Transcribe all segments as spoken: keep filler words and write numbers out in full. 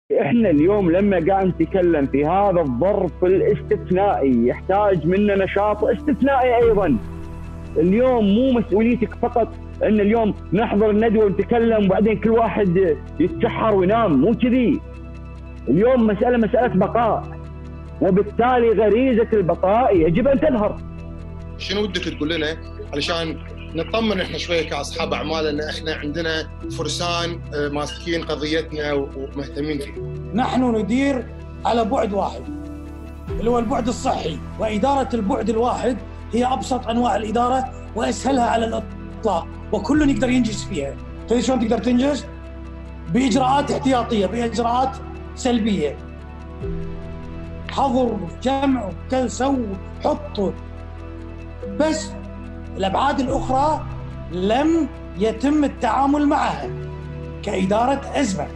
احنا اليوم لما قاعد نتكلم في هذا الظرف الاستثنائي يحتاج منا نشاط استثنائي ايضا. اليوم مو مسؤوليتك فقط ان اليوم نحضر الندوه ونتكلم وبعدين كل واحد يتسحر وينام، مو كذي. اليوم مساله مساله بقاء، وبالتالي غريزه البقاء يجب ان تظهر. شنو ودك تقول لنا علشان نطمن احنا شويه كاصحاب اعمال ان احنا عندنا فرسان ماسكين قضيتنا ومهتمين فيها؟ نحن ندير على بعد واحد اللي هو البعد الصحي، واداره البعد الواحد هي ابسط انواع الاداره واسهلها على الاطلاق، وكل يقدر ينجز فيها. تدري شلون تقدر تنجز؟ باجراءات احتياطيه، باجراءات سلبيه، حظر، جمع، سو، حط. بس الابعاد الاخرى لم يتم التعامل معها كاداره ازمه.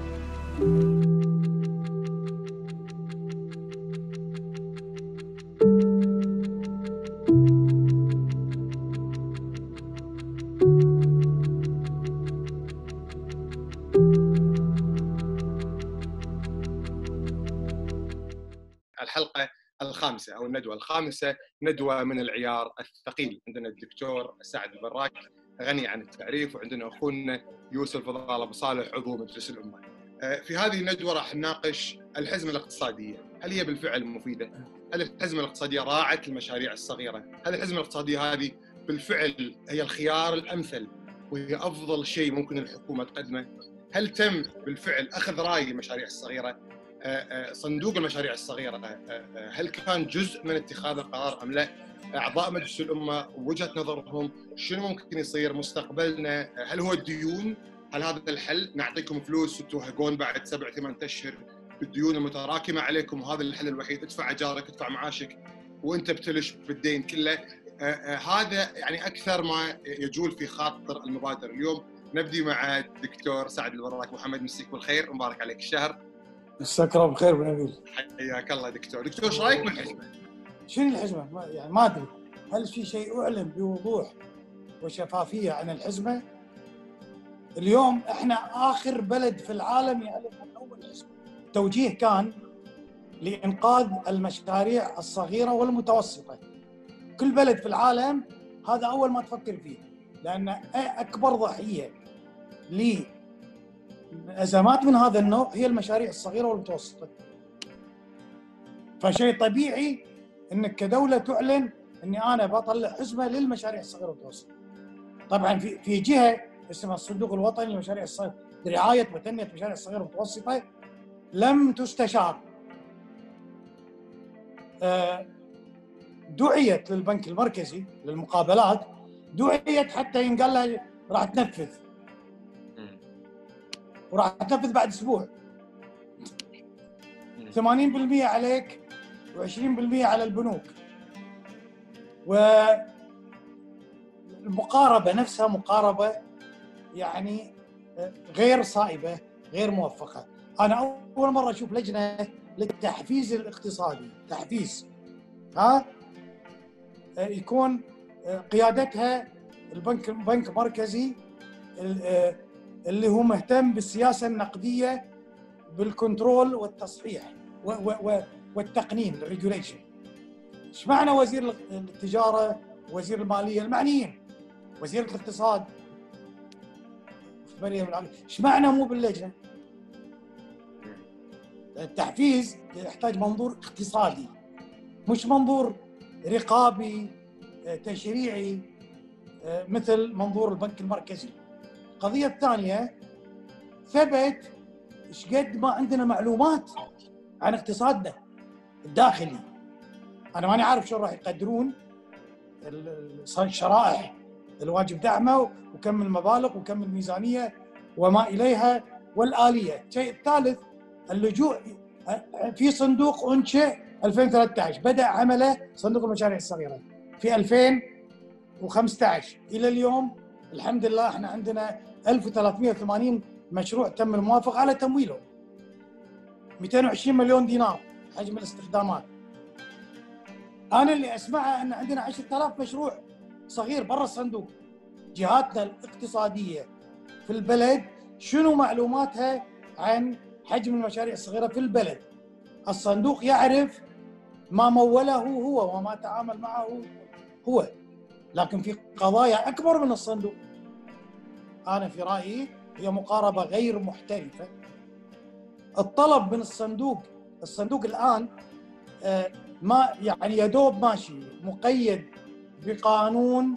الحلقه الخامسه او الندوه الخامسه ندوه من العيار الثقيل. عندنا الدكتور سعد البراك غني عن التعريف، وعندنا اخونا يوسف فضال ابو صالح عضو مجلس الامه. في هذه الندوه راح نناقش الحزمه الاقتصاديه، هل هي بالفعل مفيده؟ هل الحزمه الاقتصاديه راعت المشاريع الصغيره؟ هل الحزمه الاقتصاديه هذه بالفعل هي الخيار الامثل وهي افضل شيء ممكن الحكومه تقدمه؟ هل تم بالفعل اخذ راي المشاريع الصغيره؟ صندوق المشاريع الصغيرة هل كان جزء من اتخاذ القرار أم لا؟ أعضاء مجلس الأمة وجهة نظرهم شنو ممكن يصير مستقبلنا؟ هل هو الديون؟ هل هذا الحل؟ نعطيكم فلوس وتوهقون بعد سبع ثمان أشهر بالديون المتراكمة عليكم وهذا الحل الوحيد، ادفع أجارك ادفع معاشك وأنت بتلش بالدين كله. هذا يعني أكثر ما يجول في خاطر المبادر. اليوم نبدي مع الدكتور سعد البراك. محمد، مسيك بالخير ومبارك عليك الشهر. مساك الله بخير ونبيل. حياك الله دكتور. دكتور ايش رايك بالحزمه؟ شنو الحزمه؟ ما يعني ما ادري، هل في شيء اعلن بوضوح وشفافيه عن الحزمه؟ اليوم احنا اخر بلد في العالم يعلن عن اول حزمه. التوجيه كان لانقاذ المشاريع الصغيره والمتوسطه. كل بلد في العالم هذا اول ما تفكر فيه، لان اكبر ضحيه ل أزمات من هذا النوع هي المشاريع الصغيرة والمتوسطة. فشيء طبيعي أنك كدولة تعلن أني أنا بطلع حزمة للمشاريع الصغيرة والمتوسطة. طبعاً في في جهة اسمها الصندوق الوطني للمشاريع الصغيرة لرعاية وتنمية المشاريع الصغيرة والمتوسطة لم تستشار. دعيت للبنك المركزي للمقابلات، دعيت حتى ينقال لها راح تنفذ، وراح تنفذ بعد اسبوع. ثمانين بالمئة عليك وعشرين بالمئة على البنوك، والمقاربه نفسها مقاربه يعني غير صائبه، غير موفقه. انا اول مره اشوف لجنه للتحفيز الاقتصادي، تحفيز ها يكون قيادتها البنك بنك مركزي اللي هو مهتم بالسياسة النقدية، بالكنترول والتصحيح والتقنين، الريجوليشن. ايش معنى وزير التجارة وزير المالية المعنيين، وزير الاقتصاد ايش معنى مو باللجنة؟ التحفيز يحتاج منظور اقتصادي مش منظور رقابي تشريعي مثل منظور البنك المركزي. القضية الثانية، ثبت ايش قد ما عندنا معلومات عن اقتصادنا الداخلي. انا ماني عارف شلون راح يقدرون الشرائح الواجب دعمه وكم المبالغ وكم الميزانية وما اليها والآلية. الشيء الثالث، اللجوء في صندوق انشئ ألفين وثلاثة عشر، بدأ عمله صندوق المشاريع الصغيرة في ألفين وخمسة عشر الى اليوم الحمد لله احنا عندنا ألف وثلاثمئة وثمانين مشروع تم الموافقة على تمويله، مئتين وعشرين مليون دينار حجم الاستخدامات. انا اللي اسمعه ان عندنا عشرة آلاف مشروع صغير برا الصندوق. جهاتنا الاقتصادية في البلد شنو معلوماتها عن حجم المشاريع الصغيرة في البلد. الصندوق يعرف ما موله هو وما تعامل معه هو، لكن في قضايا أكبر من الصندوق. أنا في رأيي هي مقاربة غير محترفة. الطلب من الصندوق، الصندوق الآن ما يعني يدوب ماشي مقيد بقانون،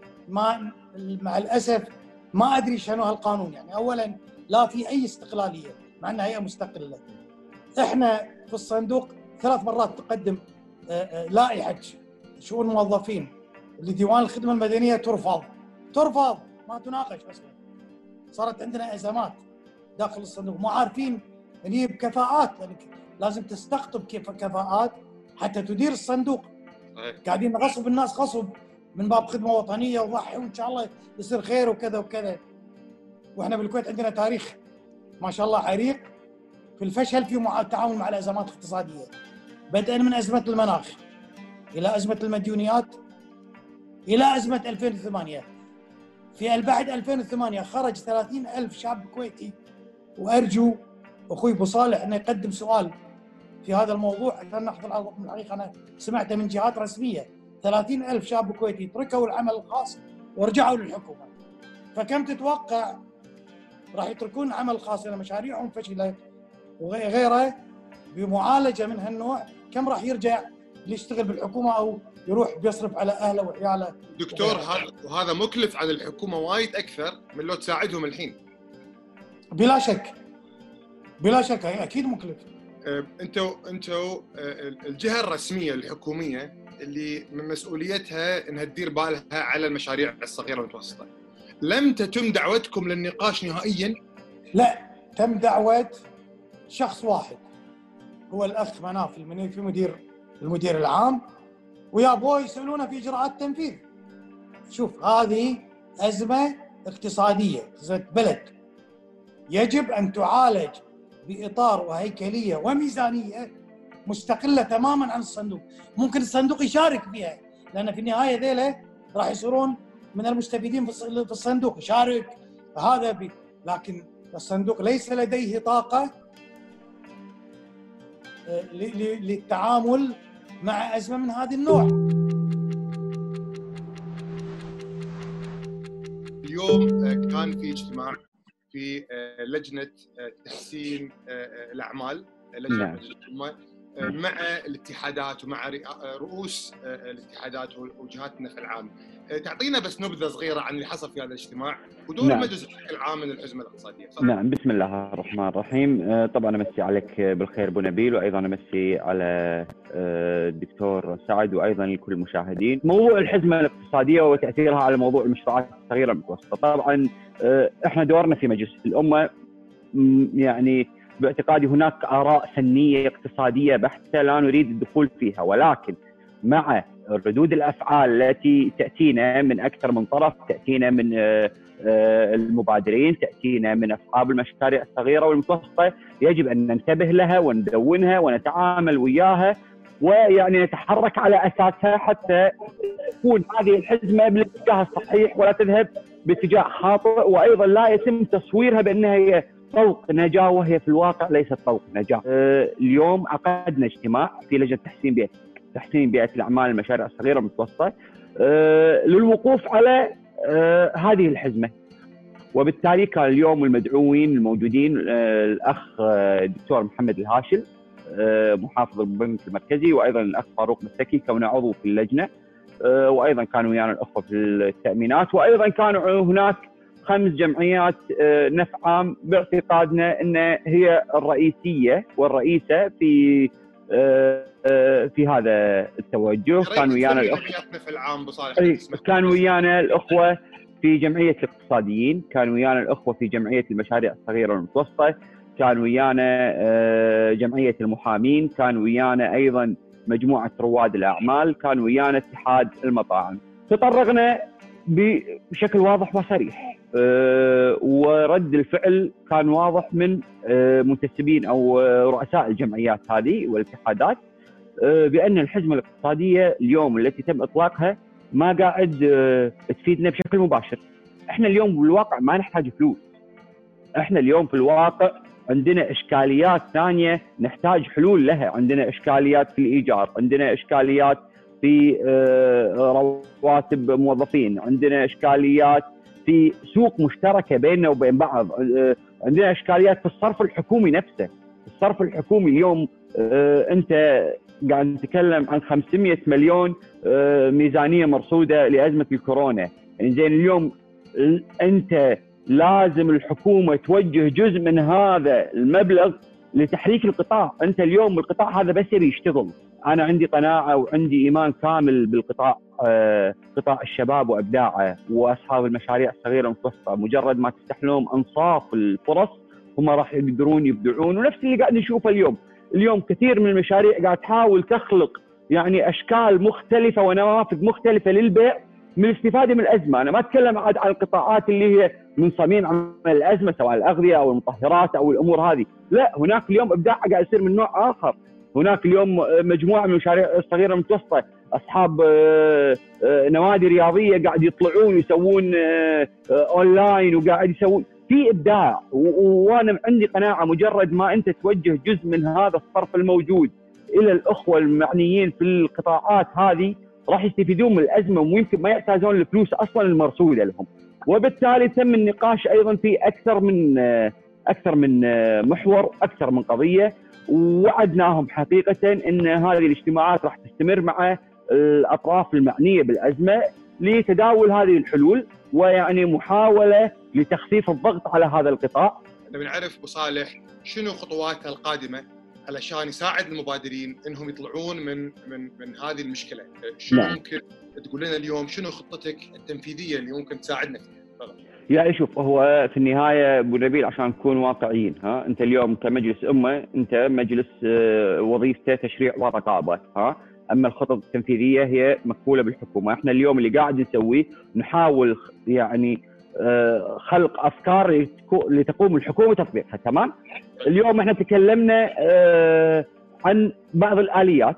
ما مع الأسف ما أدري شنو هالقانون. يعني أولاً لا في أي استقلالية مع أنها هي مستقلة. إحنا في الصندوق ثلاث مرات تقدم لائحة شؤون الموظفين لديوان الخدمة المدنية ترفض ترفض ما تناقش أصلاً. صارت عندنا أزمات داخل الصندوق، ما عارفين نجيب كفاءات، يعني لازم تستقطب كيف كفاءات حتى تدير الصندوق. قاعدين نغصب الناس غصب من باب خدمة وطنية وضحي وإن شاء الله يصير خير وكذا وكذا. وإحنا بالكويت عندنا تاريخ ما شاء الله عريق في الفشل في التعامل مع الأزمات الاقتصادية، بدءا من أزمة المناخ إلى أزمة المديونيات إلى أزمة ألفين وثمانية. في بعد ألفين وثمانية خرج ثلاثين ألف شاب كويتي، وأرجو أخوي أبو صالح أنه يقدم سؤال في هذا الموضوع عشان ناخذ العرض. من الحقيقة أنا سمعته من جهات رسمية، ثلاثين ألف شاب كويتي تركوا العمل الخاص ورجعوا للحكومة. فكم تتوقع راح يتركون العمل الخاص لأن مشاريعهم فشلت وغيره بمعالجة من هالنوع؟ كم راح يرجع يشتغل بالحكومة أو يروح بيصرف على أهله وعياله؟ دكتور هذا وهذا مكلف على الحكومة وايد أكثر من لو تساعدهم الحين. بلا شك بلا شك أكيد مكلف. انتوا انتوا الجهه الرسميه الحكوميه اللي من مسؤوليتها انها تدير بالها على المشاريع الصغيره والمتوسطه، لم تتم دعوتكم للنقاش نهائيا؟ لا، تم دعوه شخص واحد هو الاخ مناف في مدير المدير العام، ويا بوي يسالونه في اجراءات تنفيذ. شوف هذه ازمه اقتصاديه، ازمه بلد يجب ان تعالج بإطار وهيكلية وميزانية مستقلة تماماً عن الصندوق. ممكن الصندوق يشارك فيها لأن في النهاية ذيله راح يصيرون من المستفيدين في الصندوق، يشارك هذا بي. لكن الصندوق ليس لديه طاقة للتعامل مع أزمة من هذا النوع. اليوم كان في اجتماع في لجنة تحسين الأعمال، لجنة الحكومة مع الاتحادات ومع رؤوس الاتحادات وجهات النفع العام. تعطينا بس نبذة صغيرة عن اللي حصل في هذا الاجتماع ودور نعم. المجلس بشكل عام من الأزمة الاقتصادية. صح. نعم، بسم الله الرحمن الرحيم. طبعا أمسي عليك بالخير أبو نبيل، وأيضا أمسي على الدكتور سعد وأيضا لكل المشاهدين. موضوع الحزمة الاقتصادية وتأثيرها على موضوع المشروعات الصغيرة والمتوسطة، طبعا احنا دورنا في مجلس الأمة يعني باعتقادي هناك آراء فنية اقتصادية بحتة لا نريد الدخول فيها، ولكن مع ردود الأفعال التي تأتينا من أكثر من طرف، تأتينا من المبادرين، تأتينا من أصحاب المشاريع الصغيرة والمتوسطة، يجب أن ننتبه لها وندونها ونتعامل وياها ويعني نتحرك على أساسها حتى تكون هذه الحزمة بالاتجاه الصحيح ولا تذهب باتجاه خاطئ، وأيضا لا يتم تصويرها بأنها هي طوق نجاة وهي في الواقع ليست طوق نجاة. اليوم عقدنا اجتماع في لجنة تحسين بيئة تحسين بيئة الأعمال المشاريع الصغيرة والمتوسطة للوقوف على هذه الحزمة، وبالتالي كان اليوم المدعوين الموجودين الأخ الدكتور محمد الهاشل محافظ البنك المركزي، وأيضا الأخ فاروق مسكي كونه عضو في اللجنة، وأيضا كانوا ويانا الأخوة في التأمينات، وأيضا كانوا هناك خمس جمعيات نفع عام باعتقادنا أن هي الرئيسية والرئيسة في في هذا التوجه. كانوا ويانا الأخوة كانوا ويانا الأخوة في جمعية الاقتصاديين، كانوا ويانا الأخوة في جمعية المشاريع الصغيرة والمتوسطة، كانوا ويانا جمعية المحامين، كانوا ويانا أيضا مجموعة رواد الأعمال، كانوا ويانا اتحاد المطاعم. تطرقنا بشكل واضح وصريح أه ورد الفعل كان واضح من أه منتسبين أو رؤساء الجمعيات هذه والاتحادات أه بأن الحزمة الاقتصادية اليوم التي تم إطلاقها ما قاعد أه تفيدنا بشكل مباشر. احنا اليوم بالواقع ما نحتاج فلوس، احنا اليوم في الواقع عندنا اشكاليات ثانيه نحتاج حلول لها، عندنا اشكاليات في الايجار، عندنا اشكاليات في رواتب موظفين، عندنا اشكاليات في سوق مشتركه بيننا وبين بعض، عندنا اشكاليات في الصرف الحكومي نفسه. الصرف الحكومي اليوم انت قاعد نتكلم عن خمسمئة مليون ميزانيه مرصوده لازمه الكورونا، يعني زين اليوم انت لازم الحكومه توجه جزء من هذا المبلغ لتحريك القطاع. انت اليوم القطاع هذا بس يبي يشتغل. انا عندي قناعه وعندي ايمان كامل بالقطاع، آه قطاع الشباب وابداعه واصحاب المشاريع الصغيره والمتوسطه، مجرد ما تفتح لهم انصاف الفرص هم راح يقدرون يبدعون. ونفس اللي قاعد نشوفه اليوم، اليوم كثير من المشاريع قاعد تحاول تخلق يعني اشكال مختلفه ونوافذ مختلفه للبيع من الاستفاده من الازمه. انا ما اتكلم عاد عن القطاعات اللي هي من صميم عمل الازمه سواء الاغذيه او المطهرات او الامور هذه، لا، هناك اليوم ابداع قاعد يصير من نوع اخر. هناك اليوم مجموعه من المشاريع الصغيره والمتوسطه، اصحاب نوادي رياضيه قاعد يطلعون ويسوون اونلاين وقاعد يسوون في ابداع. وانا عندي قناعه مجرد ما انت توجه جزء من هذا الصرف الموجود الى الاخوه المعنيين في القطاعات هذه راح يستفيدون من الازمه ويمكن ما يحتاجون الفلوس اصلا المرصوده لهم. وبالتالي تم النقاش ايضا في اكثر من اكثر من محور، اكثر من قضيه، ووعدناهم حقيقه ان هذه الاجتماعات راح تستمر مع الاطراف المعنيه بالازمه لتداول هذه الحلول ويعني محاوله لتخفيف الضغط على هذا القطاع. نبي نعرف ابو صالح شنو خطواتها القادمه علشان يساعد المبادرين انهم يطلعون من من من هذه المشكله. شنو نعم. ممكن تقول لنا اليوم شنو خطتك التنفيذيه اللي ممكن تساعدنا فيها؟ يعني شوف، هو في النهايه ابو نبيل عشان نكون واقعيين، ها انت اليوم كمجلس امه انت مجلس وظيفته تشريع ورقابه، ها اما الخطط التنفيذيه هي مكفوله بالحكومه. احنا اليوم اللي قاعد نسويه نحاول يعني خلق افكار لتقوم الحكومه تطبيقها. تمام. اليوم احنا تكلمنا عن بعض الاليات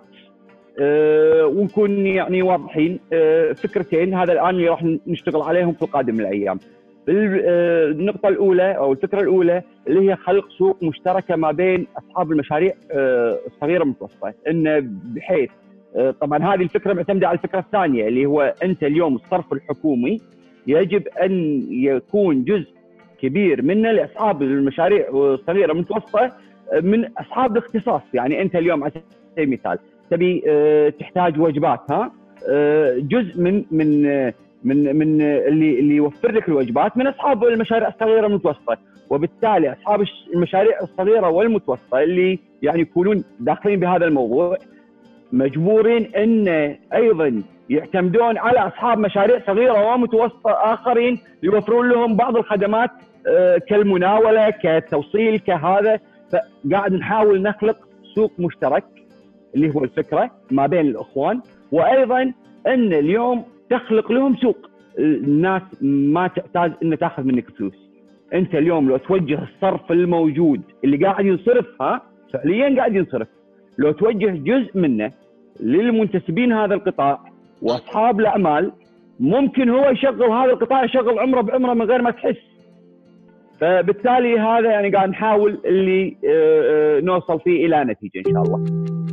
ونكون يعني واضحين، فكرتين هذا الان اللي راح نشتغل عليهم في القادم من الايام. النقطه الاولى او الفكره الاولى اللي هي خلق سوق مشتركه ما بين اصحاب المشاريع الصغيره والمتوسطه، انه بحيث طبعا هذه الفكره معتمده على الفكره الثانيه اللي هو انت اليوم الصرف الحكومي يجب ان يكون جزء كبير منه لاصحاب المشاريع الصغيره والمتوسطه من اصحاب الاختصاص. يعني انت اليوم على سبيل المثال تبي تحتاج وجبات، ها جزء من من من من اللي اللي يوفر لك الوجبات من اصحاب المشاريع الصغيره والمتوسطه، وبالتالي اصحاب المشاريع الصغيره والمتوسطه اللي يعني يكونون داخلين بهذا الموضوع مجبورين ان ايضا يعتمدون على اصحاب مشاريع صغيره ومتوسطه اخرين يوفرون لهم بعض الخدمات كالمناوله كتوصيل كهذا. فقاعد نحاول نخلق سوق مشترك اللي هو الفكره ما بين الاخوان، وايضا ان اليوم تخلق لهم سوق الناس ما تحتاج ان تاخذ منك فلوس. انت اليوم لو توجه الصرف الموجود اللي قاعد ينصرف، ها فعليا قاعد ينصرف، لو توجه جزء منه للمنتسبين هذا القطاع واصحاب الاعمال، ممكن هو يشغل هذا القطاع يشغل عمره بعمره من غير ما تحس. فبالتالي هذا يعني قاعد نحاول اللي نوصل فيه الى نتيجه ان شاء الله.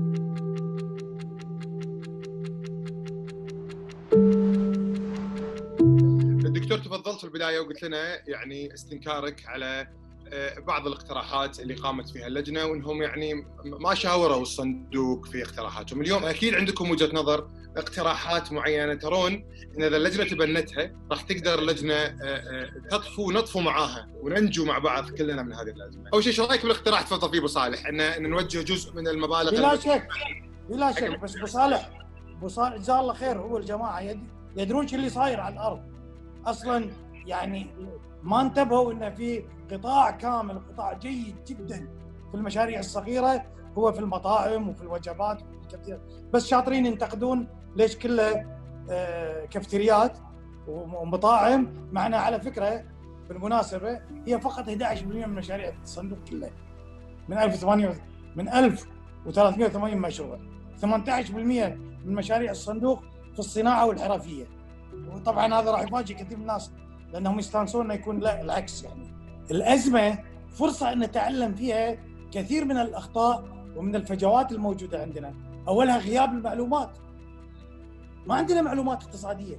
الدكتور تفضلت في البدايه وقلت لنا يعني استنكارك على بعض الاقتراحات اللي قامت فيها اللجنه وانهم يعني ما شاوروا الصندوق في اقتراحاتهم. اليوم اكيد عندكم وجهه نظر، اقتراحات معينه ترون ان اذا اللجنه تبنتها راح تقدر اللجنه تطفو نطفو معاها وننجو مع بعض كلنا من هذه الازمه. اول شيء شو رايك بالاقتراح تفضل فيه ابو صالح ان ان نوجه جزء من المبالغ؟ بلا شك بلا شك، بس ابو صالح ابو صالح جزاه الله خير، هو الجماعه يدرون شو اللي صاير على الارض اصلا. يعني ما انتبهوا ان في قطاع كامل، قطاع جيد جدا في المشاريع الصغيره هو في المطاعم وفي الوجبات وفي الكافتيريات، بس شاطرين ينتقدون ليش كلها كافتريات ومطاعم. معنا على فكره بالمناسبه هي فقط أحد عشر بالمئة من مشاريع الصندوق كلها من ألف وثمانمئة من ألف وثلاثمئة وثمانين مشروع، ثمانية عشر بالمئة من مشاريع الصندوق في الصناعه والحرفيه. وطبعا هذا راح يفاجئ كثير من الناس لانهم يستانسون انه يكون لا العكس. يعني الازمه فرصة أن نتعلم فيها كثير من الأخطاء ومن الفجوات الموجودة عندنا. أولها غياب المعلومات، ما عندنا معلومات اقتصادية.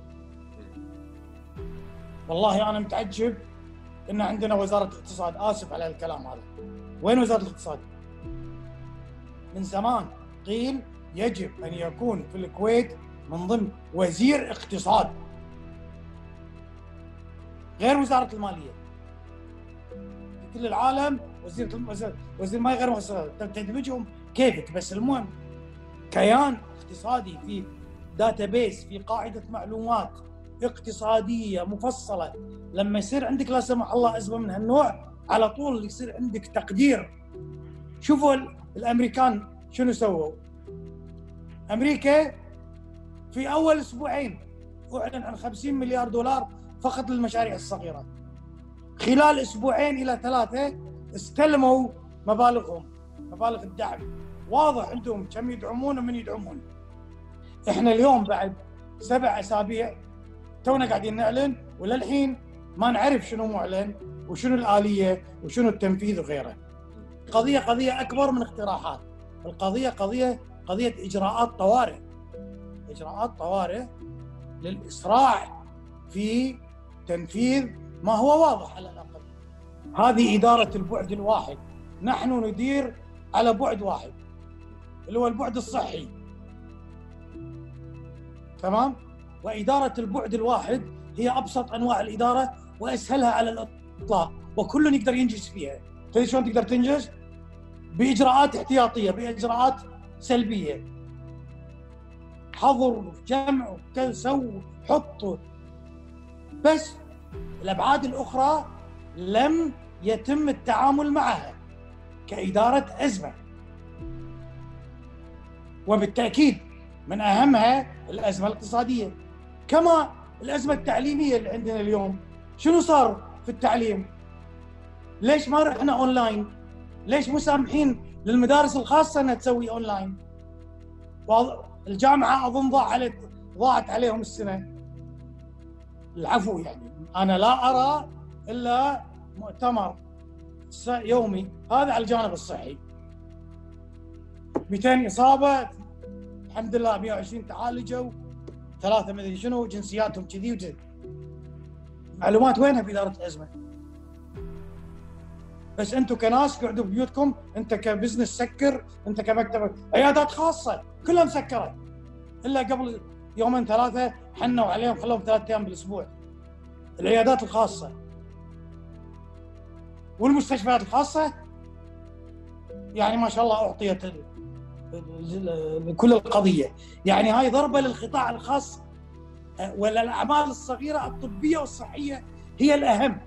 والله أنا متعجب إن عندنا وزارة اقتصاد، آسف على الكلام هذا، وين وزارة الاقتصاد؟ من زمان قيل يجب أن يكون في الكويت من ضمن وزير اقتصاد غير وزارة المالية. في كل العالم وزير وزير, وزير مالية غير وزير، تدمجهم كيفك، بس المهم كيان اقتصادي في داتابيس، في قاعدة معلومات اقتصادية مفصلة. لما يصير عندك لا سمح الله أزمة من هالنوع، على طول يصير عندك تقدير. شوفوا الأمريكان شنو سووا. أمريكا في أول أسبوعين أعلن عن خمسين مليار دولار فقط للمشاريع الصغيرة. خلال أسبوعين إلى ثلاثة استلموا مبالغهم، مبالغ الدعم. واضح عندهم كم يدعمون ومن يدعمون. إحنا اليوم بعد سبع أسابيع تونا قاعدين نعلن، وللحين ما نعرف شنو معلن وشنو الآلية وشنو التنفيذ وغيره. قضية قضية أكبر من اقتراحات. القضية قضية قضية إجراءات طوارئ، إجراءات طوارئ للإسراع في تنفيذ ما هو واضح على الأقل. هذه إدارة البعد الواحد. نحن ندير على بعد واحد اللي هو البعد الصحي، تمام؟ وإدارة البعد الواحد هي أبسط أنواع الإدارة وأسهلها على الإطلاق، وكل يقدر ينجز فيها. تدري شلون تقدر تنجز؟ بإجراءات احتياطية، بإجراءات سلبية، حظر، جمع، سو، حط. بس الأبعاد الأخرى لم يتم التعامل معها كإدارة أزمة. وبالتأكيد من أهمها الأزمة الاقتصادية، كما الأزمة التعليمية اللي عندنا اليوم. شنو صار في التعليم؟ ليش ما رحنا أونلاين؟ ليش مسامحين للمدارس الخاصة أنها تسوي أونلاين؟ الجامعة أظن ضاع على ضاعت عليهم السنة. العفو، يعني أنا لا أرى إلا مؤتمر يومي هذا على الجانب الصحي. مئتين إصابة الحمد لله، مئة وعشرين تعالجوا، ثلاثة مدري شنو جنسياتهم كذي وكذي. معلومات وينها في إدارة الأزمة؟ بس أنتم كناس قعدوا ببيوتكم، أنت كبزنس سكر، أنت كمكتب، عيادات خاصة كلها مسكرة، إلا قبل يومين ثلاثة حنوا عليهم خلوهم ثلاثة أيام بالأسبوع. العيادات الخاصة والمستشفيات الخاصة يعني ما شاء الله أعطيت كل القضية. يعني هاي ضربة للقطاع الخاص، ولا الأعمال الصغيرة الطبية والصحية هي الأهم.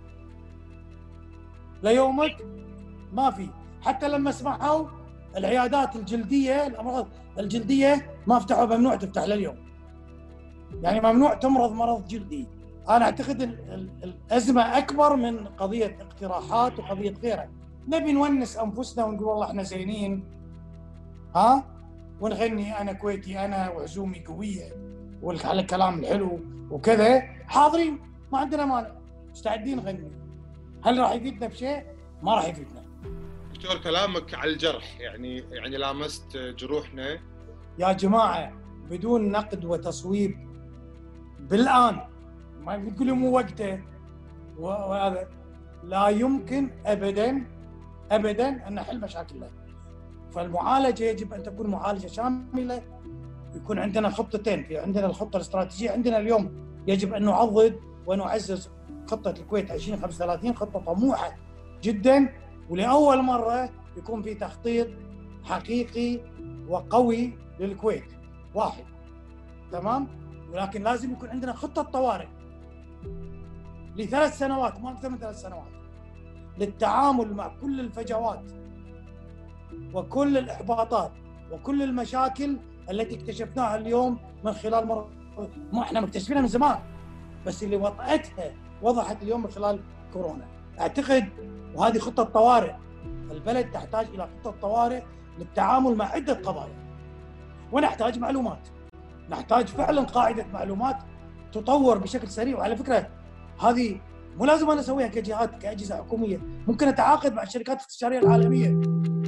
ليومك ما في. حتى لما سمحوا العيادات الجلدية، الأمراض الجلدية ما فتحوا، ممنوع تفتح لليوم، يعني ممنوع تمرض مرض جلدي. أنا أعتقد الأزمة أكبر من قضية اقتراحات وقضية غيرها. نبي نونس أنفسنا ونقول والله إحنا زينين، ها، ونغني أنا كويتي أنا وعزومي قوية وعلى الكلام الحلو وكذا، حاضرين، ما عندنا مانع، مستعدين نغني. هل راح يفيدنا بشيء؟ ما راح يفيدنا. دكتور، كلامك على الجرح، يعني يعني لامست جروحنا. يا جماعة بدون نقد وتصويب بالآن، ما تقولوا مو وقته وهذا، لا يمكن أبداً أبداً أن نحل مشاكلنا. فالمعالجة يجب أن تكون معالجة شاملة، يكون عندنا خطتين. في عندنا الخطة الاستراتيجية، عندنا اليوم يجب أن نعضد ونعزز خطة الكويت عشرين خمسة وثلاثين، خطة طموحة جداً، ولأول مرة يكون في تخطيط حقيقي وقوي للكويت واحد، تمام؟ ولكن لازم يكون عندنا خطة طوارئ لثلاث سنوات، ما أكثر من ثلاث سنوات، للتعامل مع كل الفجوات وكل الإحباطات وكل المشاكل التي اكتشفناها اليوم من خلال مر... ما احنا مكتشفينها من زمان، بس اللي وطأتها وضحت اليوم من خلال كورونا. أعتقد وهذه خطة طوارئ، البلد تحتاج إلى خطة طوارئ للتعامل مع عدة قضايا، ونحتاج معلومات، نحتاج فعلا قاعدة معلومات تطور بشكل سريع. وعلى فكرة هذه مو لازم انا اسويها كجهات كاجهزه حكوميه، ممكن اتعاقد مع الشركات الاستشاريه العالميه.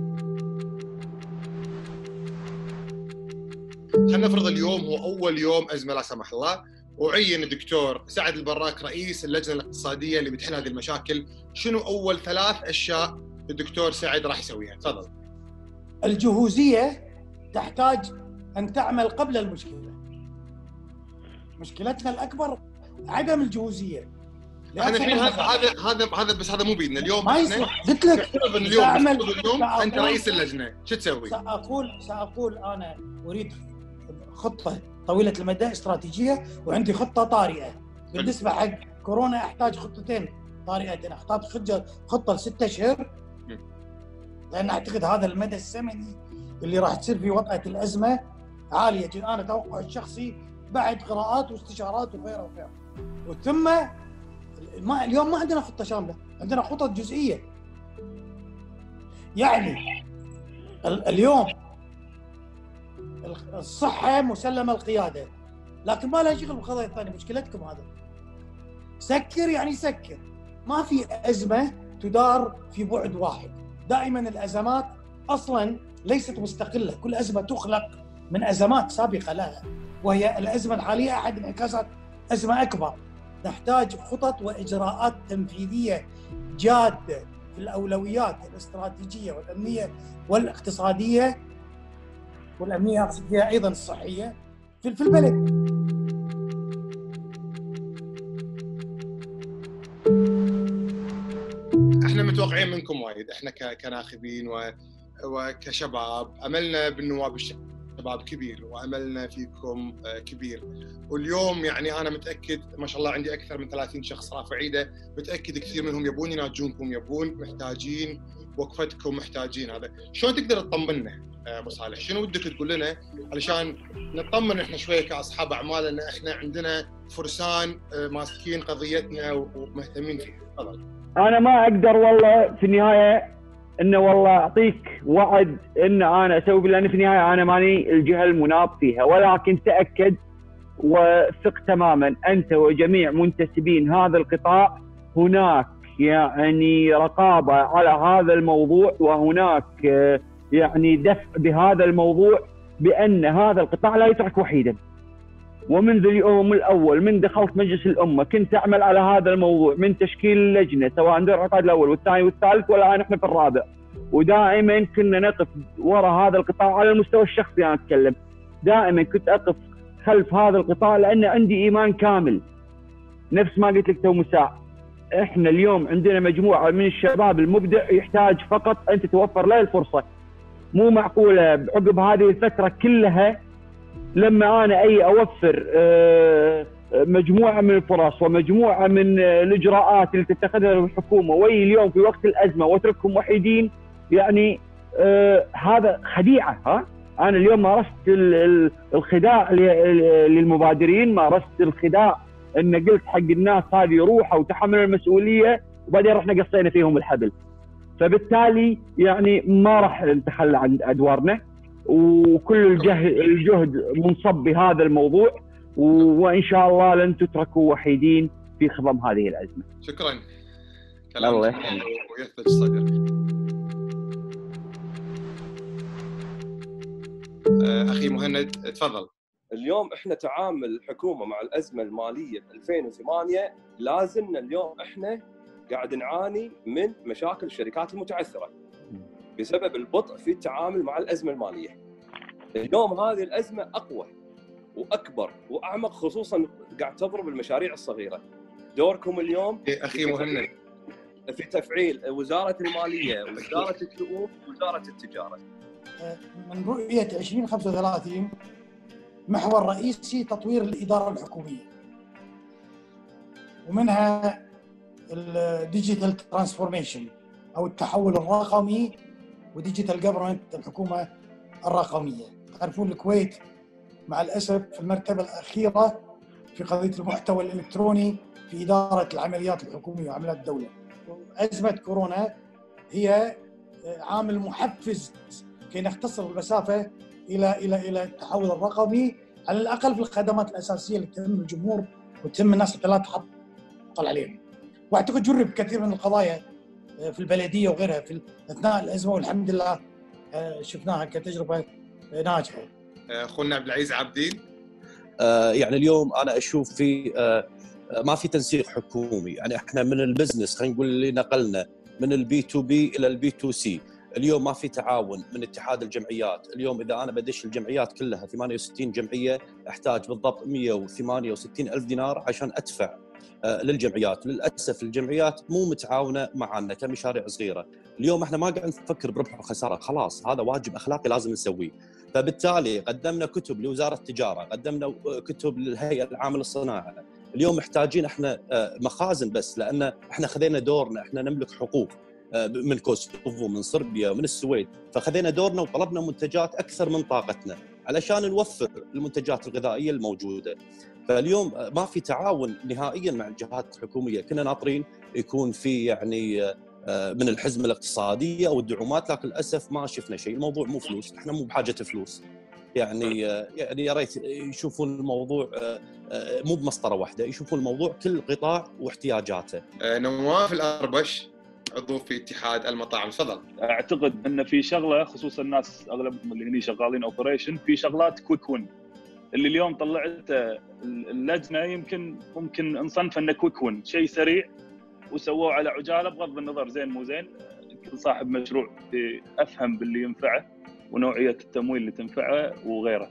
خلينا نفرض اليوم هو اول يوم ازمه لا سمح الله، وعين الدكتور سعد البراك رئيس اللجنه الاقتصاديه اللي بتحل هذه المشاكل، شنو اول ثلاث اشياء الدكتور سعد راح يسويها؟ تفضل. الجهوزيه تحتاج ان تعمل قبل المشكله. مشكلتنا الاكبر عدم الجهوزيه. احنا الحين هذا هذا هذا هذا بس هذا مو بيدنا اليوم. ما يصلح. قلت لك افترض اليوم اليوم انت رئيس اللجنه، شو تسوي؟ ساقول ساقول انا اريد خطه طويله المدى استراتيجيه، وعندي خطه طارئه. بالنسبه حق كورونا احتاج خطتين طارئتين، احتاج خطه لستة اشهر، لان اعتقد هذا المدى الزمني اللي راح تصير فيه وطأة الازمه عاليه جدا. انا توقعي الشخصي بعد قراءات واستشارات وغيره وغيره. وثم ما اليوم ما عندنا خطه شامله، عندنا خطط جزئيه. يعني اليوم الصحه مسلمه القياده، لكن ما لها شغل بالقضايا الثانيه. مشكلتكم هذا، سكر يعني سكر، ما في ازمه تدار في بعد واحد. دائما الازمات اصلا ليست مستقله، كل ازمه تخلق من ازمات سابقه لها، وهي الازمه الحاليه احد انعكاسات ازمه اكبر. نحتاج خطط واجراءات تنفيذيه جاده في الاولويات الاستراتيجيه والامنيه والاقتصاديه، والامنيه اقصد فيها ايضا الصحيه في في البلد. احنا متوقعين منكم وايد، احنا كناخبين وكشباب املنا بالنواب الشباب كبير، واملنا فيكم كبير. واليوم يعني انا متاكد ما شاء الله عندي اكثر من ثلاثين شخص رافع ايده، متاكد كثير منهم يبون يناجونكم، يبون محتاجين وقفتكم، محتاجين هذا. شلون تقدر تطمنا ابو صالح؟ شنو ودك تقول لنا علشان نطمن احنا شويه كاصحاب اعمال ان احنا عندنا فرسان ماسكين قضيتنا ومهتمين فيها؟ تفضل. انا ما اقدر والله في النهايه انه والله اعطيك وعد ان انا اسوي، لان في النهايه انا ماني الجهه المناب فيها، ولكن تاكد وثق تماما انت وجميع منتسبين هذا القطاع هناك يعني رقابه على هذا الموضوع، وهناك يعني دفع بهذا الموضوع، بان هذا القطاع لا يترك وحيدا. ومنذ اليوم الاول من دخلت مجلس الامه كنت اعمل على هذا الموضوع، من تشكيل اللجنه سواء دور العقاد الاول والثاني والثالث، والان احنا في الرابع، ودائما كنا نقف وراء هذا القطاع. على المستوى الشخصي انا اتكلم، دائما كنت اقف خلف هذا القطاع لان عندي ايمان كامل. نفس ما قلت لك تو مساء، احنا اليوم عندنا مجموعه من الشباب المبدع يحتاج فقط انت توفر له الفرصه. مو معقوله عقب هذه الفتره كلها لما انا اي اوفر مجموعه من الفرص ومجموعه من الاجراءات اللي تتخذها الحكومه، وي اليوم في وقت الازمه واتركهم وحيدين، يعني هذا خديعه. ها انا اليوم مارست الخداع للمبادرين، مارست الخداع ان قلت حق الناس هذه روحوا وتحملوا المسؤوليه، وبعدين رحنا قصينا فيهم الحبل. فبالتالي يعني ما راح نتخلى عن ادوارنا، وكل الجهد منصب بهذا الموضوع، وان شاء الله لن تتركوا وحيدين في خضم هذه الازمه. شكرا. كلام الله يحفظك ويثبت الصدر. اخي مهند تفضل. اليوم احنا تعامل الحكومه مع الازمه الماليه ألفين وثمانية، لازلنا اليوم احنا قاعد نعاني من مشاكل الشركات المتعثره بسبب البطء في التعامل مع الازمه الماليه. اليوم هذه الازمه اقوى واكبر واعمق، خصوصا قاعد تضرب المشاريع الصغيره. دوركم اليوم اخي مهند في تفعيل وزاره الماليه ووزاره الشؤون ووزاره التجاره. من رؤيه عشرين خمسة وثلاثين محور رئيسي تطوير الاداره الحكوميه، ومنها الديجيتال ترانسفورميشن او التحول الرقمي، وديجيتال جفرمنت الحكومه الرقميه. تعرفون الكويت مع الاسف في المرتبه الاخيره في قضيه المحتوى الالكتروني في اداره العمليات الحكوميه وعمليات الدوله. ازمه كورونا هي عامل محفز كي نختصر المسافه الى الى الى التحول الرقمي، على الاقل في الخدمات الاساسيه اللي تهم الجمهور وتهم الناس اللي لا تحصل عليهم. واعتقد جرب كثير من القضايا في البلديه وغيرها في اثناء الازمه، والحمد لله شفناها كتجربه ناجحه. اخونا عبد العزيز عابدين. آه يعني اليوم انا اشوف في آه ما في تنسيق حكومي، يعني احنا من البزنس خلينا نقول اللي نقلنا من البي تو بي الى البي تو سي، اليوم ما في تعاون من اتحاد الجمعيات. اليوم اذا انا بدش الجمعيات كلها ثمانية وستين جمعيه احتاج بالضبط مئة وثمانية وستين ألف دينار عشان ادفع آه للجمعيات. للاسف الجمعيات مو متعاونه معنا كمشاريع صغيره. اليوم احنا ما قاعد نفكر بربح وخساره، خلاص هذا واجب اخلاقي لازم نسويه. فبالتالي قدمنا كتب لوزاره التجاره، قدمنا كتب للهيئه العامه للصناعه. اليوم محتاجين احنا مخازن بس، لان احنا خذينا دورنا، احنا نملك حقوق من كوسوفو ومن صربيا ومن السويد، فخذينا دورنا وطلبنا منتجات اكثر من طاقتنا علشان نوفر المنتجات الغذائيه الموجوده. فاليوم ما في تعاون نهائيا مع الجهات الحكوميه. كنا ناطرين يكون في يعني من الحزمه الاقتصاديه او الدعومات، لكن للاسف ما شفنا شيء. الموضوع مو فلوس، احنا مو بحاجه فلوس. يعني يعني يا ريت يشوفون الموضوع مو بمسطره واحده، يشوفون الموضوع كل قطاع واحتياجاته. نواف الأربش عضو في اتحاد المطاعم، تفضل. اعتقد ان في شغله خصوصا الناس اغلبهم اللي هني شغالين اوبريشن، في شغلات كويك وين اللي اليوم طلعت اللجنه، يمكن ممكن نصنف انه كويك وين، شيء سريع وسووه على عجاله بغض النظر زين مو زين. كل صاحب مشروع افهم باللي ينفعه ونوعيه التمويل اللي تنفعه وغيره.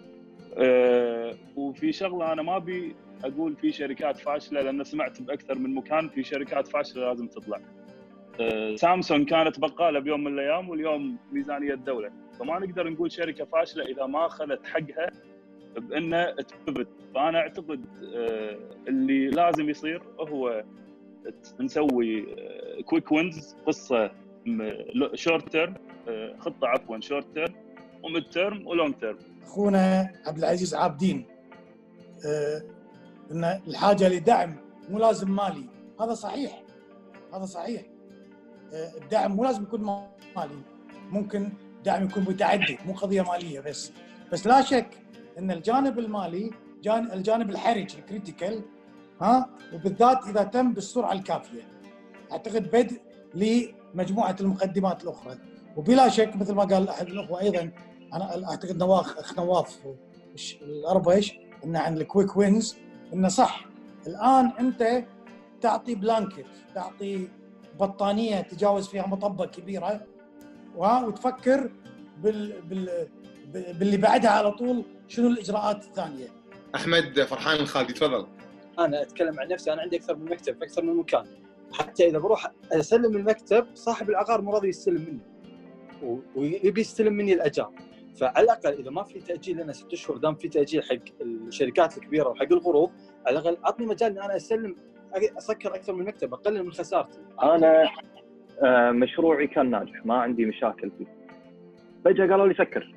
أه وفي شغله انا ما ابي اقول في شركات فاشله، لان سمعت باكثر من مكان في شركات فاشله لازم تطلع. أه سامسونج كانت بقاله بيوم من الايام واليوم ميزانيه الدوله، فما نقدر نقول شركه فاشله اذا ما اخذت حقها بانه تثبت. فانا اعتقد أه اللي لازم يصير هو نسوي كويك وينز، قصه شورت تيرم، خطه عفوا شورت تيرم وميد تيرم ولونج تيرم. اخونا عبد العزيز عابدين أه ان الحاجه لدعم مو لازم مالي، هذا صحيح، هذا صحيح. أه الدعم مو لازم يكون مالي، ممكن دعم يكون متعدد، مو قضيه ماليه بس. بس لا شك ان الجانب المالي جانب الجانب الحرج الكريتيكال، ها، وبالذات اذا تم بالسرعه الكافيه. اعتقد بدء لمجموعه المقدمات الاخرى، وبلا شك مثل ما قال احد الاخوه ايضا، انا اعتقد نواف اخ نواف الاربش انه عن الكويك وينز، انه صح. الان انت تعطي بلانكت، تعطي بطانيه تجاوز فيها مطبه كبيره، وتفكر بال بال باللي بعدها على طول شنو الاجراءات الثانيه. احمد فرحان الخالدي، تفضل. انا اتكلم عن نفسي، انا عندي اكثر من مكتب في اكثر من مكان، حتى اذا بروح اسلم المكتب صاحب العقار مو راضي يستلم مني ويبي يستلم مني الاجار. فعلى الاقل اذا ما في تاجيل لنا ست اشهر، دام في تاجيل حق الشركات الكبيره وحق القروض، على الاقل اعطني مجال اني انا اسلم اسكر اكثر من مكتب، اقلل من خسارتي. انا مشروعي كان ناجح، ما عندي مشاكل فيه، فجاه قالوا لي سكر.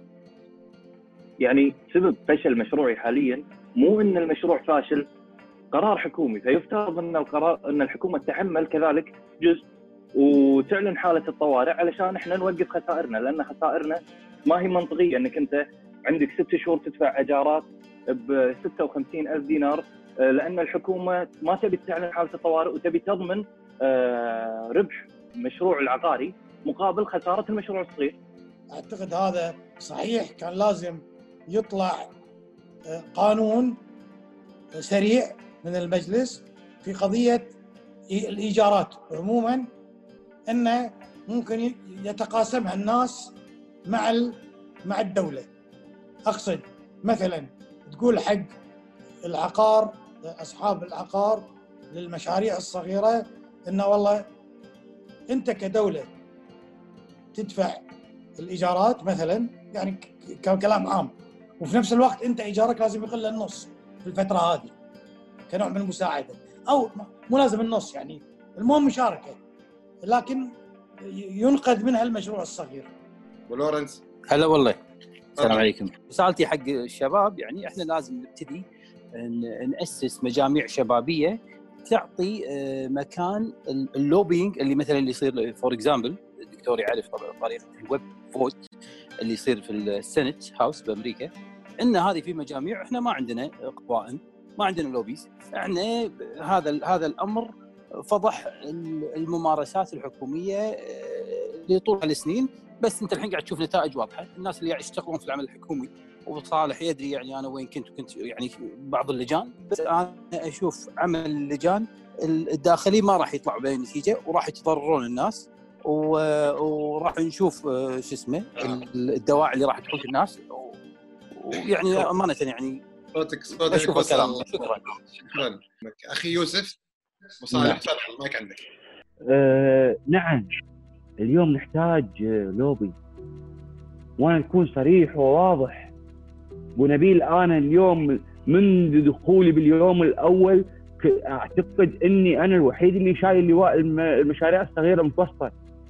يعني سبب فشل مشروعي حاليا مو ان المشروع فاشل، قرار حكومي، فيفترض ان القرار ان الحكومه تتحمل كذلك جزء وتعلن حاله الطوارئ علشان احنا نوقف خسائرنا، لان خسائرنا ما هي منطقيه انك انت عندك ست شهور تدفع اجارات ب ستة وخمسين ألف دينار، لان الحكومه ما تبي تعلن حاله الطوارئ وتبي تضمن ربح مشروع العقاري مقابل خساره المشروع الصغير. اعتقد هذا صحيح، كان لازم يطلع قانون سريع من المجلس في قضيه الايجارات عموما، انه ممكن يتقاسمها الناس مع مع الدوله. اقصد مثلا تقول حق العقار، اصحاب العقار للمشاريع الصغيره، انه والله انت كدوله تدفع الايجارات مثلا، يعني كلام عام، وفي نفس الوقت انت ايجارك لازم يقل النص في الفتره هذه كنوع من المساعده، او مو لازم النص، يعني المهم مشاركه، لكن ينقذ منها المشروع الصغير. ولورنس، هلا والله، السلام عليكم. رسالتي حق الشباب، يعني احنا لازم نبتدي نأسس مجاميع شبابيه تعطي مكان اللوبينج اللي مثلا اللي يصير فور اكزامبل، الدكتور يعرف طريقه الويب فوت اللي يصير في السنت هاوس بامريكا، ان هذه في مجاميع احنا ما عندنا قوائم، ما عندنا لوبيز، احنا هذا هذا الامر فضح الممارسات الحكوميه لطول السنين. بس انت الحين قاعد تشوف نتائج واضحه. الناس اللي يشتغلون في العمل الحكومي وصالح يدري يعني انا وين كنت وكنت يعني بعض اللجان، بس انا اشوف عمل اللجان الداخلي ما راح يطلع بأي نتيجه، وراح يتضررون الناس، وراح نشوف شو اسمه الدواعي اللي راح تحوش الناس. ويعني امانه يعني صوتك صوتك وصل. شكرا شكرا اخي يوسف. مصالح تفضل مايك عندك. أه نعم، اليوم نحتاج لوبي، وانا نكون صريح وواضح. ونبيل انا اليوم منذ دخولي باليوم الاول اعتقد اني انا الوحيد اللي شايل لواء المشاريع الصغيره المتوسطه.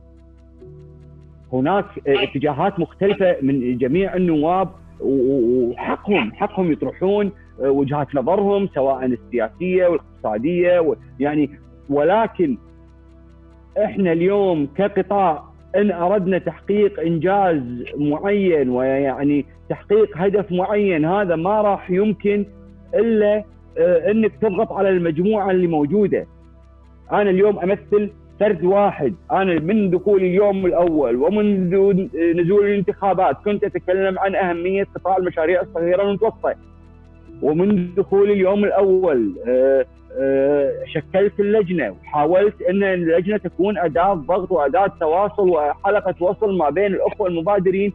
هناك اتجاهات مختلفه من جميع النواب، وحقهم حقهم يطرحون وجهات نظرهم سواء السياسيه والاقتصاديه يعني، ولكن احنا اليوم كقطاع ان اردنا تحقيق انجاز معين ويعني تحقيق هدف معين، هذا ما راح يمكن الا انك تضغط على المجموعه اللي موجوده. انا اليوم امثل فرد واحد، انا من دخول اليوم الاول ومنذ نزول الانتخابات كنت اتكلم عن اهميه قطاع المشاريع الصغيره والمتوسطه، ومن دخول اليوم الاول شكلت اللجنه وحاولت ان اللجنه تكون اداه ضغط واداه تواصل وحلقه وصل ما بين الاخوه المبادرين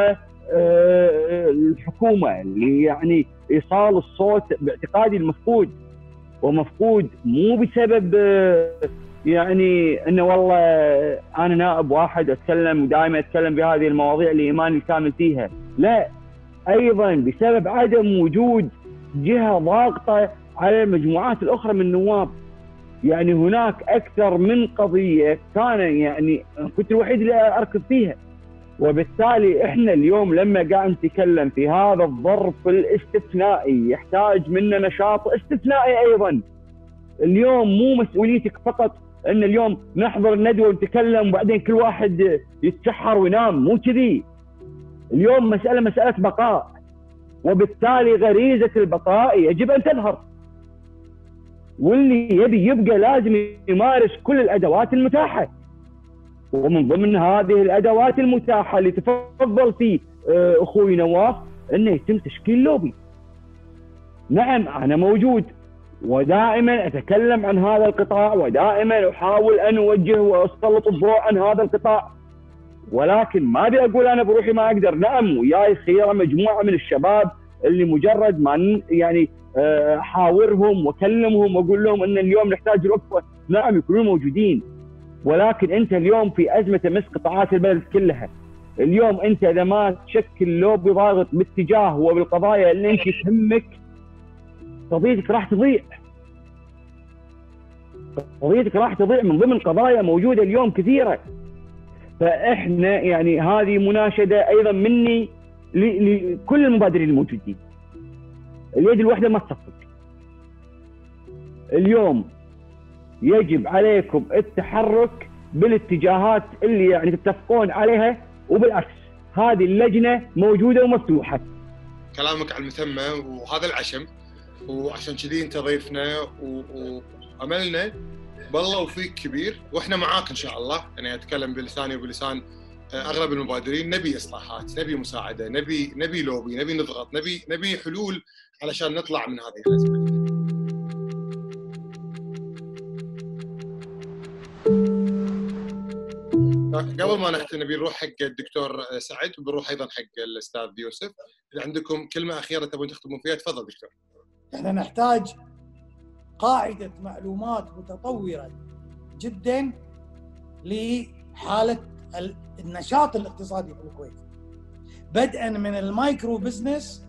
والحكومه، اللي يعني ايصال الصوت باعتقادي المفقود. ومفقود مو بسبب يعني انه والله انا نائب واحد اتكلم ودائما اتكلم بهذه المواضيع اللي ايماني الكامل فيها، لا، ايضا بسبب عدم وجود جهه ضاغطه على المجموعات الاخرى من النواب. يعني هناك اكثر من قضيه كان يعني كنت الوحيد اللي اركض فيها، وبالتالي احنا اليوم لما قاعد نتكلم في هذا الظرف الاستثنائي يحتاج منا نشاط استثنائي ايضا. اليوم مو مسؤوليتك فقط ان اليوم نحضر الندوه ونتكلم وبعدين كل واحد يتسحر وينام، مو كذي. اليوم مساله مساله بقاء، وبالتالي غريزه البقاء يجب ان تظهر، واللي يبي يبقى لازم يمارس كل الادوات المتاحه. ومن ضمن هذه الادوات المتاحه اللي تفضل فيه اخوي نواف انه يتم تشكيل لوبي. نعم انا موجود ودائما اتكلم عن هذا القطاع، ودائما احاول ان اوجه واسلط الضوء عن هذا القطاع، ولكن ما ابي اقول انا بروحي ما اقدر. نعم وياي خيره مجموعه من الشباب اللي مجرد ما يعني احاورهم واكلمهم واقول لهم ان اليوم نحتاج الوقفه، نعم يكونون موجودين. ولكن انت اليوم في ازمه تمس قطاعات البلد كلها. اليوم انت اذا ما تشكل لوبي ضاغط باتجاه وبالقضايا اللي انت تهمك، قضيتك راح تضيع. قضيتك راح تضيع من ضمن قضايا موجوده اليوم كثيره. فاحنا يعني هذه مناشده ايضا مني لكل المبادرين الموجودين. اليد الواحده ما تصفق. اليوم يجب عليكم التحرك بالاتجاهات اللي يعني تتفقون عليها، وبالعكس هذه اللجنه موجوده ومفتوحه. كلامك على المثمى وهذا العشم، وعشان كذي انت ضيفنا واملنا بالله وفيك كبير، واحنا معاك ان شاء الله. انا اتكلم بلساني وبلسان اغلب المبادرين، نبي اصلاحات، نبي مساعده، نبي نبي لوبي، نبي نضغط، نبي نبي حلول علشان نطلع من هذه الازمه. قبل ما نختم نبي نروح حق الدكتور سعد وبنروح ايضا حق الاستاذ يوسف. اذا عندكم كلمه اخيره تبون تختمون فيها تفضل دكتور. احنا نحتاج قاعده معلومات متطوره جدا لحاله النشاط الاقتصادي في الكويت، بدءا من المايكرو بزنس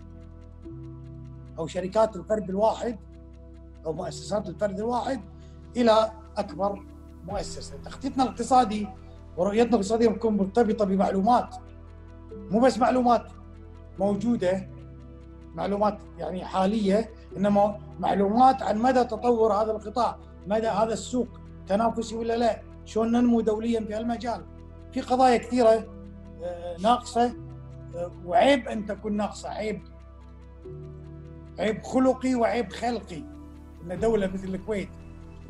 او شركات الفرد الواحد او مؤسسات الفرد الواحد الى اكبر مؤسسه. تخطيطنا الاقتصادي ورؤيتنا الاقتصاديه تكون مرتبطه بمعلومات، مو بس معلومات موجوده، معلومات يعني حاليه، انما معلومات عن مدى تطور هذا القطاع، مدى هذا السوق تنافسي ولا لا، شلون ننمو دوليا في هالمجال. في قضايا كثيره ناقصه، وعيب ان تكون ناقصه، عيب عيب خلقي وعيب خلقي ان دوله مثل الكويت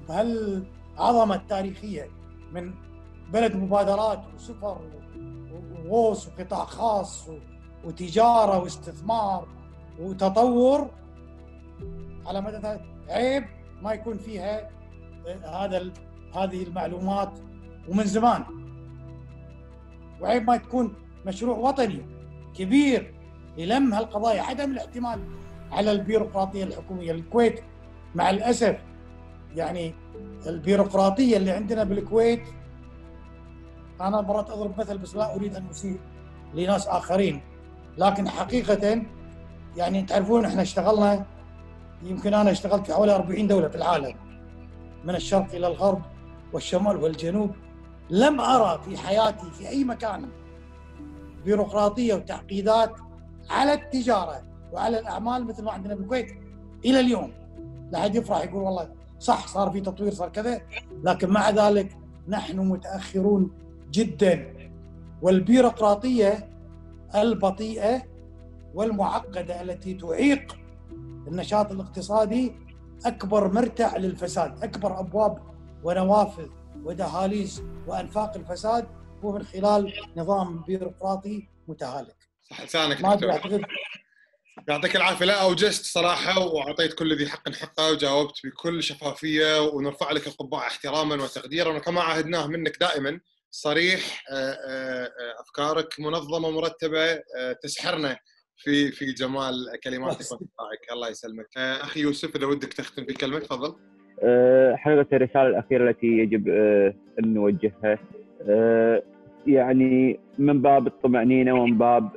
بهالعظمه التاريخيه من بلد مبادرات وسفر وغوص وقطاع خاص وتجاره واستثمار وتطور على مدى عيب ما يكون فيها هذا هذه المعلومات ومن زمان، وعيب ما تكون مشروع وطني كبير للم هالقضايا. عدم الاعتماد على البيروقراطيه الحكوميه. الكويت مع الاسف يعني البيروقراطيه اللي عندنا بالكويت، انا مرات اضرب مثل بس لا اريد ان اسيء لناس اخرين، لكن حقيقه يعني تعرفون احنا اشتغلنا، يمكن انا اشتغلت في حوالي أربعين دوله في العالم من الشرق الى الغرب والشمال والجنوب. لم ارى في حياتي في اي مكان بيروقراطيه وتعقيدات على التجاره وعلى الاعمال مثل ما عندنا بالكويت الى اليوم. لا حد يفرح يقول والله صح صار في تطوير صار كذا، لكن مع ذلك نحن متاخرون جدا. والبيروقراطيه البطيئه والمعقده التي تعيق النشاط الاقتصادي اكبر مرتع للفساد، اكبر ابواب ونوافذ ودهاليز وانفاق الفساد هو من خلال نظام بيروقراطي متهالك. صح لسانك ما دكتور. أعتقد. يعطيك العافيه. لا اوجزت صراحه واعطيت كل ذي حق حقه وجاوبت بكل شفافيه، ونرفع لك القبعه احتراما وتقديرا، وكما عهدناه منك دائما صريح، افكارك منظمه مرتبه تسحرنا في في جمال كلماتك وانطباعك. الله يسلمك. اخي يوسف اذا ودك تختم بكلمه تفضل. حقيقه الرساله الاخيره التي يجب ان نوجهها يعني من باب الطمأنينه ومن باب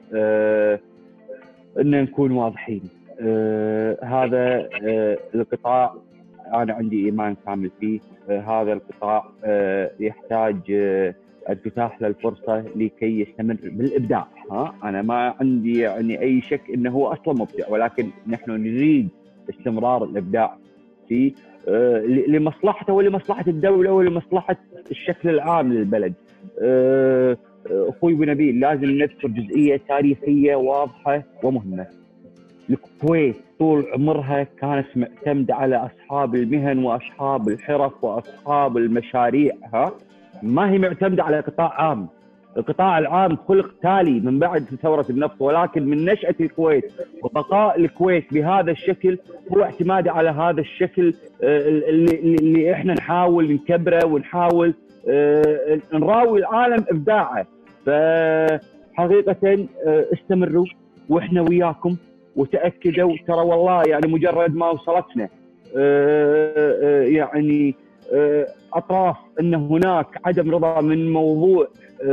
ان نكون واضحين. هذا القطاع انا عندي ايمان كامل فيه. هذا القطاع يحتاج ان تتاح له الفرصه لكي يستمر بالابداع. ها انا ما عندي يعني اي شك انه هو اصلا مبدع، ولكن نحن نريد استمرار الابداع فيه لمصلحته ولمصلحه الدوله ولمصلحه الشكل العام للبلد. اخوي ابو نبيل لازم نذكر جزئيه تاريخيه واضحه ومهمه. الكويت طول عمرها كانت معتمده على اصحاب المهن واصحاب الحرف واصحاب المشاريع، ها ما هي معتمده على قطاع عام. القطاع العام خلق تالي من بعد ثوره النفط، ولكن من نشاه الكويت وبقاء الكويت بهذا الشكل هو اعتمادي على هذا الشكل اللي, اللي احنا نحاول نكبره ونحاول نراوي العالم ابداعه. فحقيقه استمروا واحنا وياكم، وتاكدوا ترى والله يعني مجرد ما وصلتنا يعني اطراف ان هناك عدم رضا من موضوع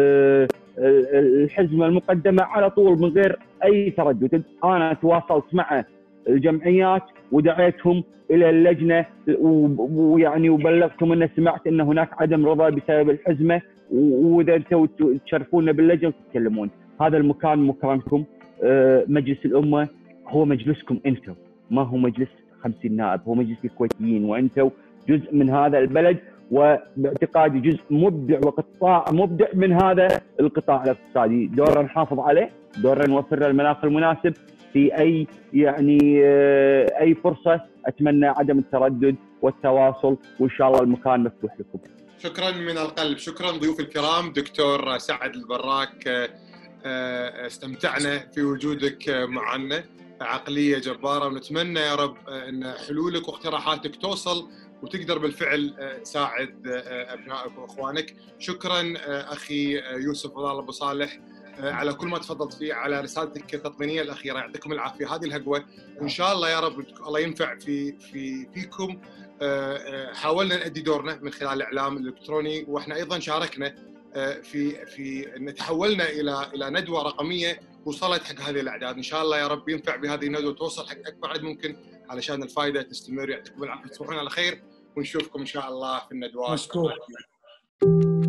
الحزمه المقدمه، على طول من غير اي تردد انا تواصلت مع الجمعيات ودعيتهم الى اللجنه، ويعني وبلغتهم ان سمعت ان هناك عدم رضا بسبب الحزمه، واذا انتم تشرفونا باللجنه وتتكلمون. هذا المكان مكانكم. مجلس الامه هو مجلسكم انتم، ما هو مجلس خمسين نائب، هو مجلس الكويتيين، وانتم جزء من هذا البلد، وباعتقادي جزء مبدع وقطاع مبدع من هذا القطاع الاقتصادي. دورنا نحافظ عليه، دورنا نوفر له المناخ المناسب في اي يعني اي فرصه. اتمنى عدم التردد والتواصل، وان شاء الله المكان مفتوح لكم. شكرا من القلب. شكرا ضيوف الكرام. دكتور سعد البراك، استمتعنا في وجودك معنا، عقليه جباره، ونتمنى يا رب ان حلولك واقتراحاتك توصل وتقدر بالفعل تساعد ابنائك واخوانك. شكرا اخي يوسف فضال ابو صالح على كل ما تفضلت فيه، على رسالتك التطمينيه الاخيره. يعطيكم العافيه. هذه الهقوه ان شاء الله يا رب الله ينفع في في فيكم. حاولنا نؤدي دورنا من خلال الاعلام الالكتروني، واحنا ايضا شاركنا في في ان تحولنا الى الى ندوه رقميه وصلت حق هذه الاعداد. ان شاء الله يا رب ينفع بهذه الندوه توصل حق اكبر عدد ممكن علشان الفائده تستمر. يعطيكم العافيه، تصبحون على خير، ونشوفكم ان شاء الله في الندوات. مشكور.